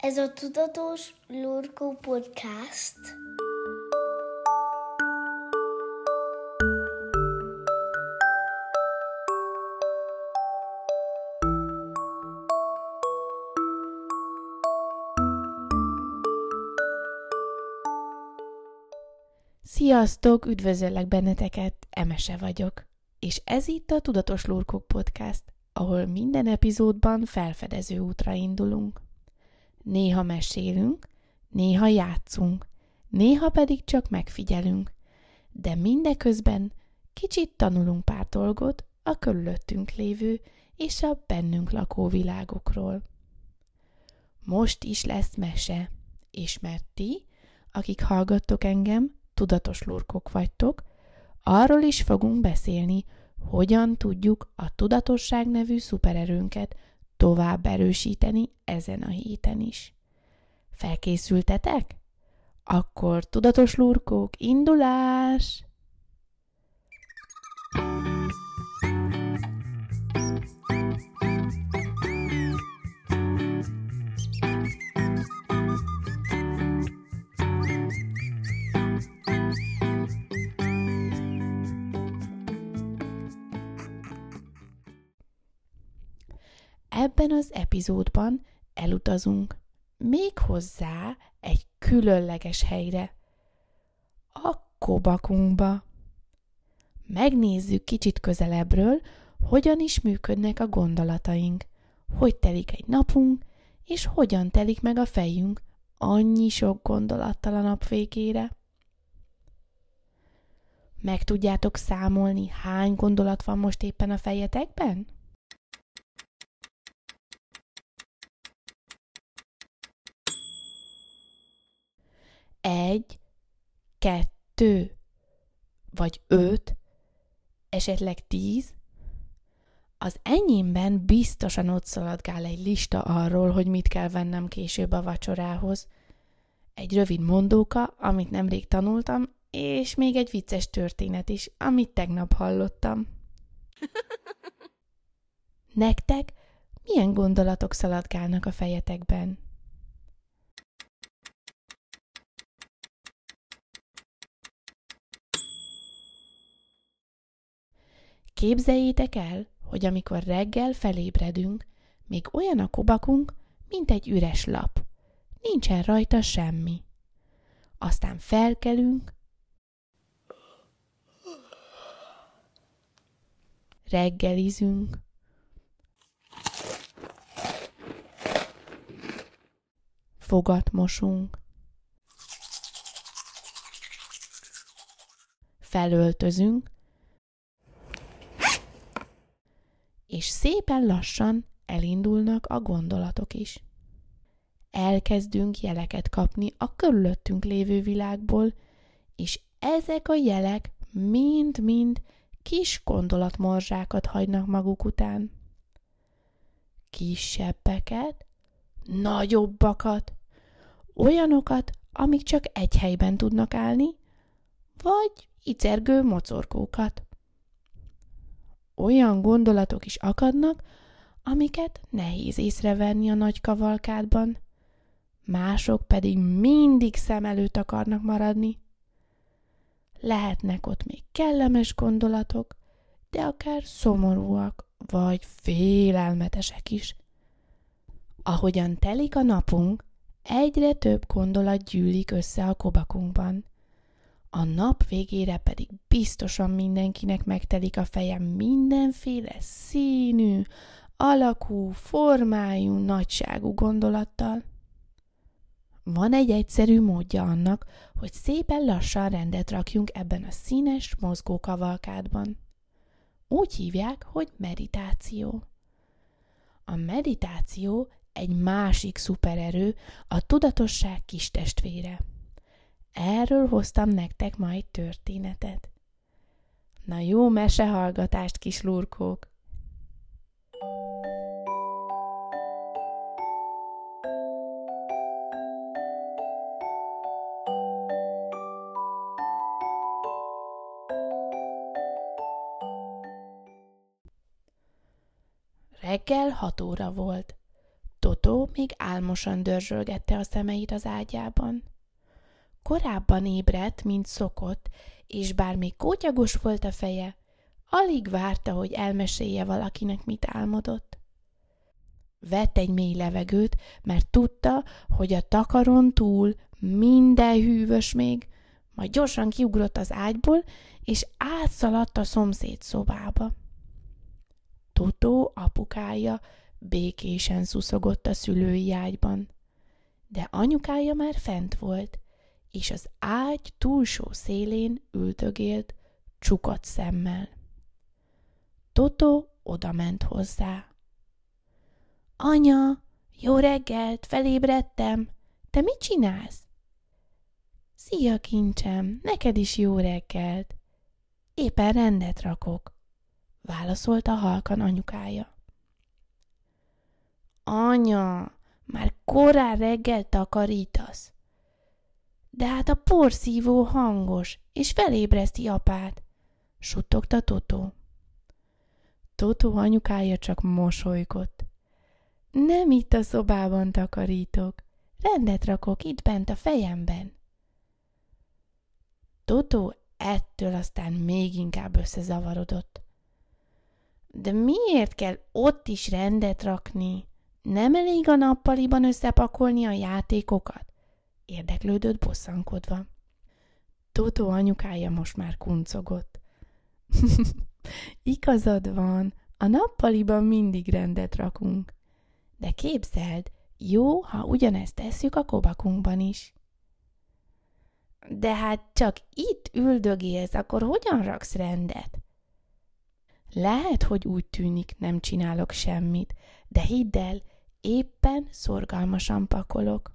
Ez a Tudatos Lurkó Podcast. Sziasztok, üdvözöllek benneteket, Emese vagyok. És ez itt a Tudatos Lurkók Podcast, ahol minden epizódban felfedező útra indulunk. Néha mesélünk, néha játszunk, néha pedig csak megfigyelünk, de mindeközben kicsit tanulunk pár dolgot a körülöttünk lévő és a bennünk lakó világokról. Most is lesz mese, és mert ti, akik hallgattok engem, tudatos lurkok vagytok, arról is fogunk beszélni, hogyan tudjuk a tudatosság nevű szupererőnket tovább erősíteni ezen a héten is. Felkészültetek? Akkor tudatos lurkók, indulás! Ebben az epizódban elutazunk méghozzá egy különleges helyre, a Kobakunkba. Megnézzük kicsit közelebbről, hogyan is működnek a gondolataink, hogy telik egy napunk, és hogyan telik meg a fejünk annyi sok gondolattal a nap végére. Meg tudjátok számolni, hány gondolat van most éppen a fejetekben? 1, 2, vagy 5, esetleg 10. Az enyémben biztosan ott szaladgál egy lista arról, hogy mit kell vennem később a vacsorához. Egy rövid mondóka, amit nemrég tanultam, és még egy vicces történet is, amit tegnap hallottam. Nektek milyen gondolatok szaladgálnak a fejetekben? Képzeljétek el, hogy amikor reggel felébredünk, még olyan a kobakunk, mint egy üres lap. Nincsen rajta semmi. Aztán felkelünk, reggelizünk, fogat mosunk, felöltözünk, és szépen lassan elindulnak a gondolatok is. Elkezdünk jeleket kapni a körülöttünk lévő világból, és ezek a jelek mind-mind kis gondolatmorzsákat hagynak maguk után. Kisebbeket, nagyobbakat, olyanokat, amik csak egy helyben tudnak állni, vagy icergő mocorkókat. Olyan gondolatok is akadnak, amiket nehéz észrevenni a nagy kavalkádban, mások pedig mindig szem előtt akarnak maradni. Lehetnek ott még kellemes gondolatok, de akár szomorúak, vagy félelmetesek is. Ahogyan telik a napunk, egyre több gondolat gyűlik össze a kobakunkban. A nap végére pedig biztosan mindenkinek megtelik a feje mindenféle színű, alakú, formájú, nagyságú gondolattal. Van egy egyszerű módja annak, hogy szépen lassan rendet rakjunk ebben a színes, mozgó kavalkádban. Úgy hívják, hogy meditáció. A meditáció egy másik szupererő, a tudatosság kistestvére. Erről hoztam nektek ma egy történetet. Na jó mesehallgatást, kis lurkók! Reggel 6 óra volt. Totó még álmosan dörzsölgette a szemeit az ágyában. Korábban ébredt, mint szokott, és bár még kótyagos volt a feje, alig várta, hogy elmesélje valakinek, mit álmodott. Vett egy mély levegőt, mert tudta, hogy a takaron túl minden hűvös még, majd gyorsan kiugrott az ágyból, és átszaladt a szomszéd szobába. Totó apukája békésen szuszogott a szülői ágyban, de anyukája már fent volt, és az ágy túlsó szélén üldögélt csukott szemmel. Totó odament hozzá. Anya, jó reggelt, felébredtem. Te mit csinálsz? Szia, kincsem, neked is jó reggelt. Éppen rendet rakok, válaszolta halkan anyukája. Anya, már korán reggel takarítasz. De hát a porszívó hangos, és felébreszti apát, suttogta Totó. Totó anyukája csak mosolygott. Nem itt a szobában takarítok, rendet rakok itt bent a fejemben. Totó ettől aztán még inkább összezavarodott. De miért kell ott is rendet rakni? Nem elég a nappaliban összepakolni a játékokat? Érdeklődött bosszankodva. Totó anyukája most már kuncogott. Igazad van, a nappaliban mindig rendet rakunk. De képzeld, jó, ha ugyanezt tesszük a kobakunkban is. De hát csak itt üldögélsz, akkor hogyan raksz rendet? Lehet, hogy úgy tűnik, nem csinálok semmit, de hidd el, éppen szorgalmasan pakolok.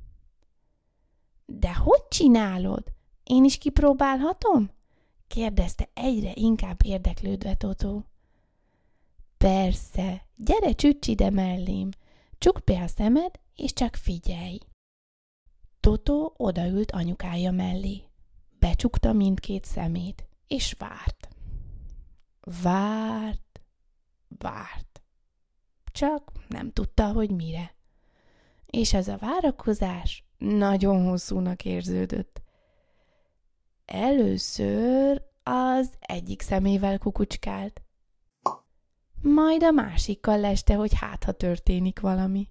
De hogy csinálod? Én is kipróbálhatom? Kérdezte egyre inkább érdeklődve Totó. Persze, gyere csücs ide mellém, csukd be a szemed, és csak figyelj. Totó odaült anyukája mellé. Becsukta mindkét szemét, és várt. Várt. Csak nem tudta, hogy mire. És ez a várakozás nagyon hosszúnak érződött. Először az egyik szemével kukucskált. Majd a másikkal leste, hogy hát, ha történik valami.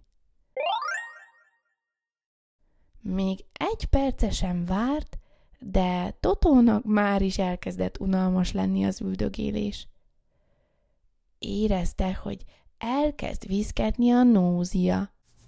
Még egy percesen várt, de Totónak már is elkezdett unalmas lenni az üldögélés. Érezte, hogy elkezd viszketni a nózia.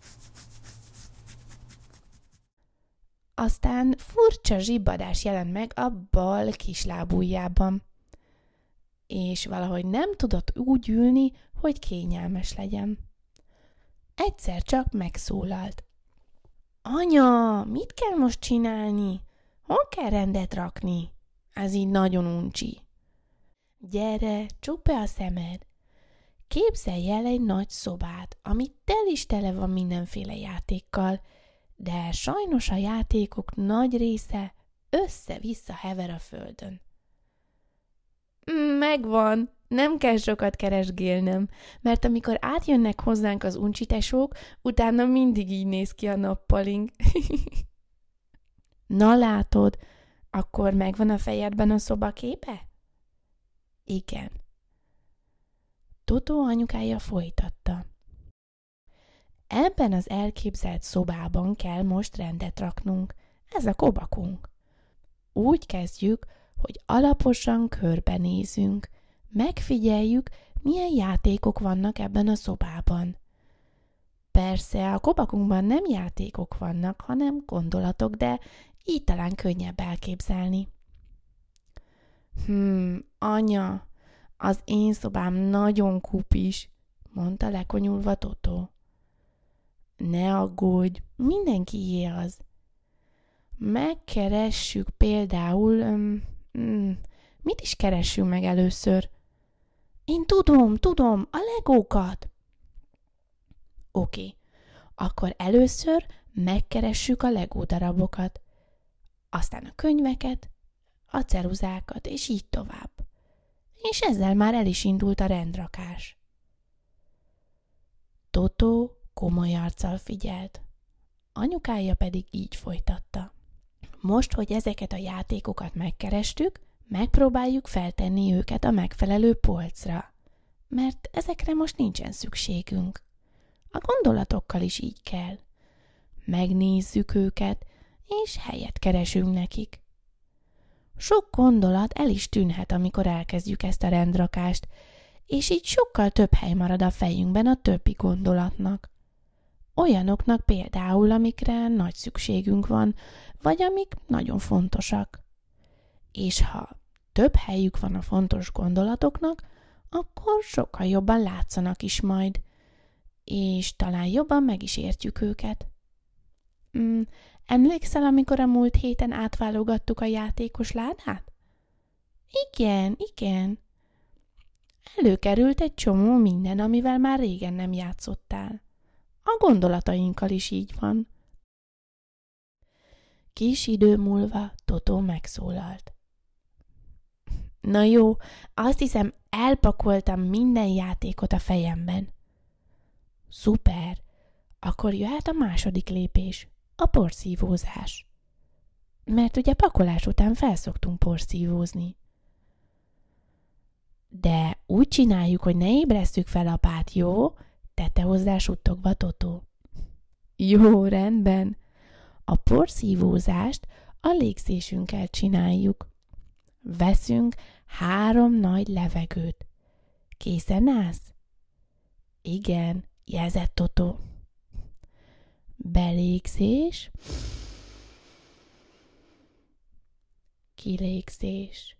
Aztán furcsa zsibbadás jelent meg a bal kislábujjában, és valahogy nem tudott úgy ülni, hogy kényelmes legyen. Egyszer csak megszólalt. Anya, mit kell most csinálni? Hol kell rendet rakni? Ez így nagyon uncsi. Gyere, csukd be a szemed. Képzelj el egy nagy szobát, ami tel is tele van mindenféle játékkal, de sajnos a játékok nagy része össze-vissza hever a földön. Megvan, nem kell sokat keresgélnem, mert amikor átjönnek hozzánk az uncsitesók, utána mindig így néz ki a nappalink. Na látod, akkor megvan a fejedben a szobaképe? Igen. Totó anyukája folytatta. Ebben az elképzelt szobában kell most rendet raknunk. Ez a kobakunk. Úgy kezdjük, hogy alaposan körbenézünk. Megfigyeljük, milyen játékok vannak ebben a szobában. Persze, a kobakunkban nem játékok vannak, hanem gondolatok, de így talán könnyebb elképzelni. Anya, az én szobám nagyon kupis, mondta lekonyulva Totó. Ne aggódj, mindenkié az. Megkeressük például... mit is keressünk meg először? Én tudom, a legókat. Oké, akkor először megkeressük a legó darabokat, aztán a könyveket, a ceruzákat, és így tovább. És ezzel már el is indult a rendrakás. Totó komoly arccal figyelt. Anyukája pedig így folytatta. Most, hogy ezeket a játékokat megkerestük, megpróbáljuk feltenni őket a megfelelő polcra, mert ezekre most nincsen szükségünk. A gondolatokkal is így kell. Megnézzük őket, és helyet keresünk nekik. Sok gondolat el is tűnhet, amikor elkezdjük ezt a rendrakást, és így sokkal több hely marad a fejünkben a többi gondolatnak. Olyanoknak például, amikre nagy szükségünk van, vagy amik nagyon fontosak. És ha több helyük van a fontos gondolatoknak, akkor sokkal jobban látszanak is majd, és talán jobban meg is értjük őket. Emlékszel, amikor a múlt héten átválogattuk a játékos ládát? Igen. Előkerült egy csomó minden, amivel már régen nem játszottál. A gondolatainkkal is így van. Kis idő múlva Totó megszólalt. Na jó, azt hiszem, elpakoltam minden játékot a fejemben. Szuper, akkor jöhet a második lépés, a porszívózás. Mert ugye pakolás után felszoktunk porszívózni. De úgy csináljuk, hogy ne ébresszük fel apát, jó? Tette hozzá suttogva Totó. Jó, rendben. A porszívózást a légzésünkkel csináljuk. Veszünk 3 nagy levegőt. Készen állsz? Igen, jelzett Totó. Belégzés. Kilégzés.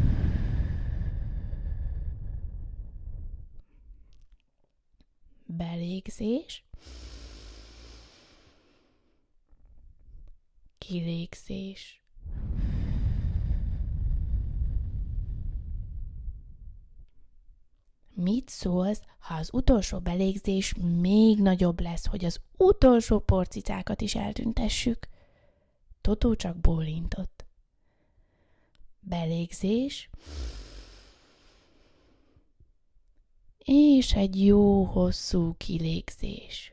Belégzés. Kilégzés. Mit szólsz, ha az utolsó belégzés még nagyobb lesz, hogy az utolsó porcicákat is eltüntessük? Totó csak bólintott. Belégzés. És egy jó hosszú kilégzés.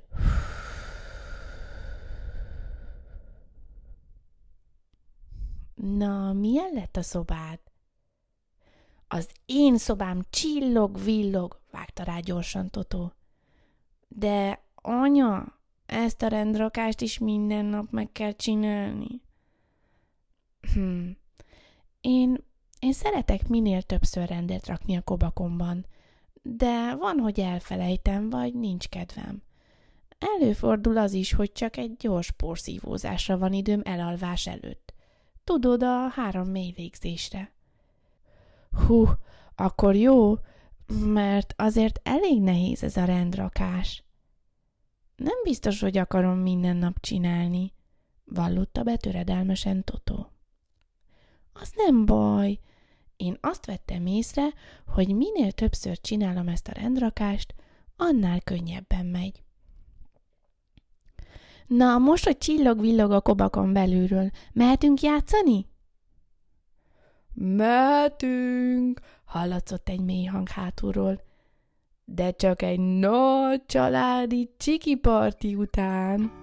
Na, milyen lett a szobád? Az én szobám csillog-villog, vágta rá gyorsan Totó. De anya, ezt a rendrakást is minden nap meg kell csinálni. Én szeretek minél többször rendet rakni a kobakomban, de van, hogy elfelejtem, vagy nincs kedvem. Előfordul az is, hogy csak egy gyors porszívózásra van időm elalvás előtt. Tudod, a 3 mély légzésre. Hú, akkor jó, mert azért elég nehéz ez a rendrakás. Nem biztos, hogy akarom minden nap csinálni, vallotta be töredelmesen Totó. Az nem baj. Én azt vettem észre, hogy minél többször csinálom ezt a rendrakást, annál könnyebben megy. Na, most, hogy csillog-villog a kobakon belülről, mehetünk játszani? Mehetünk, hallatszott egy mély hang hátulról, de csak egy nagy családi csiki parti után.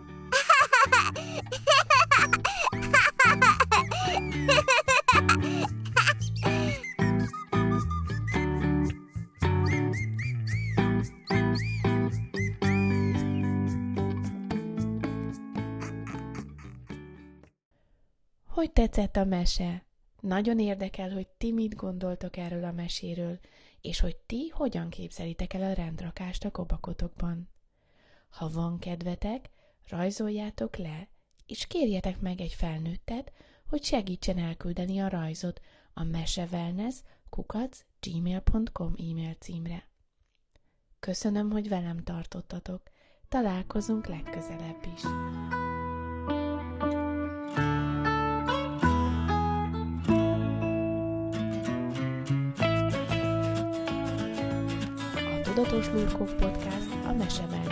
Hogy tetszett a mese? Nagyon érdekel, hogy ti mit gondoltok erről a meséről, és hogy ti hogyan képzelitek el a rendrakást a kobakotokban. Ha van kedvetek, rajzoljátok le, és kérjetek meg egy felnőttet, hogy segítsen elküldeni a rajzot a mesewellness@gmail.com e-mail címre. Köszönöm, hogy velem tartottatok. Találkozunk legközelebb is. Tudatos Lurkok Podcast a Mesewellness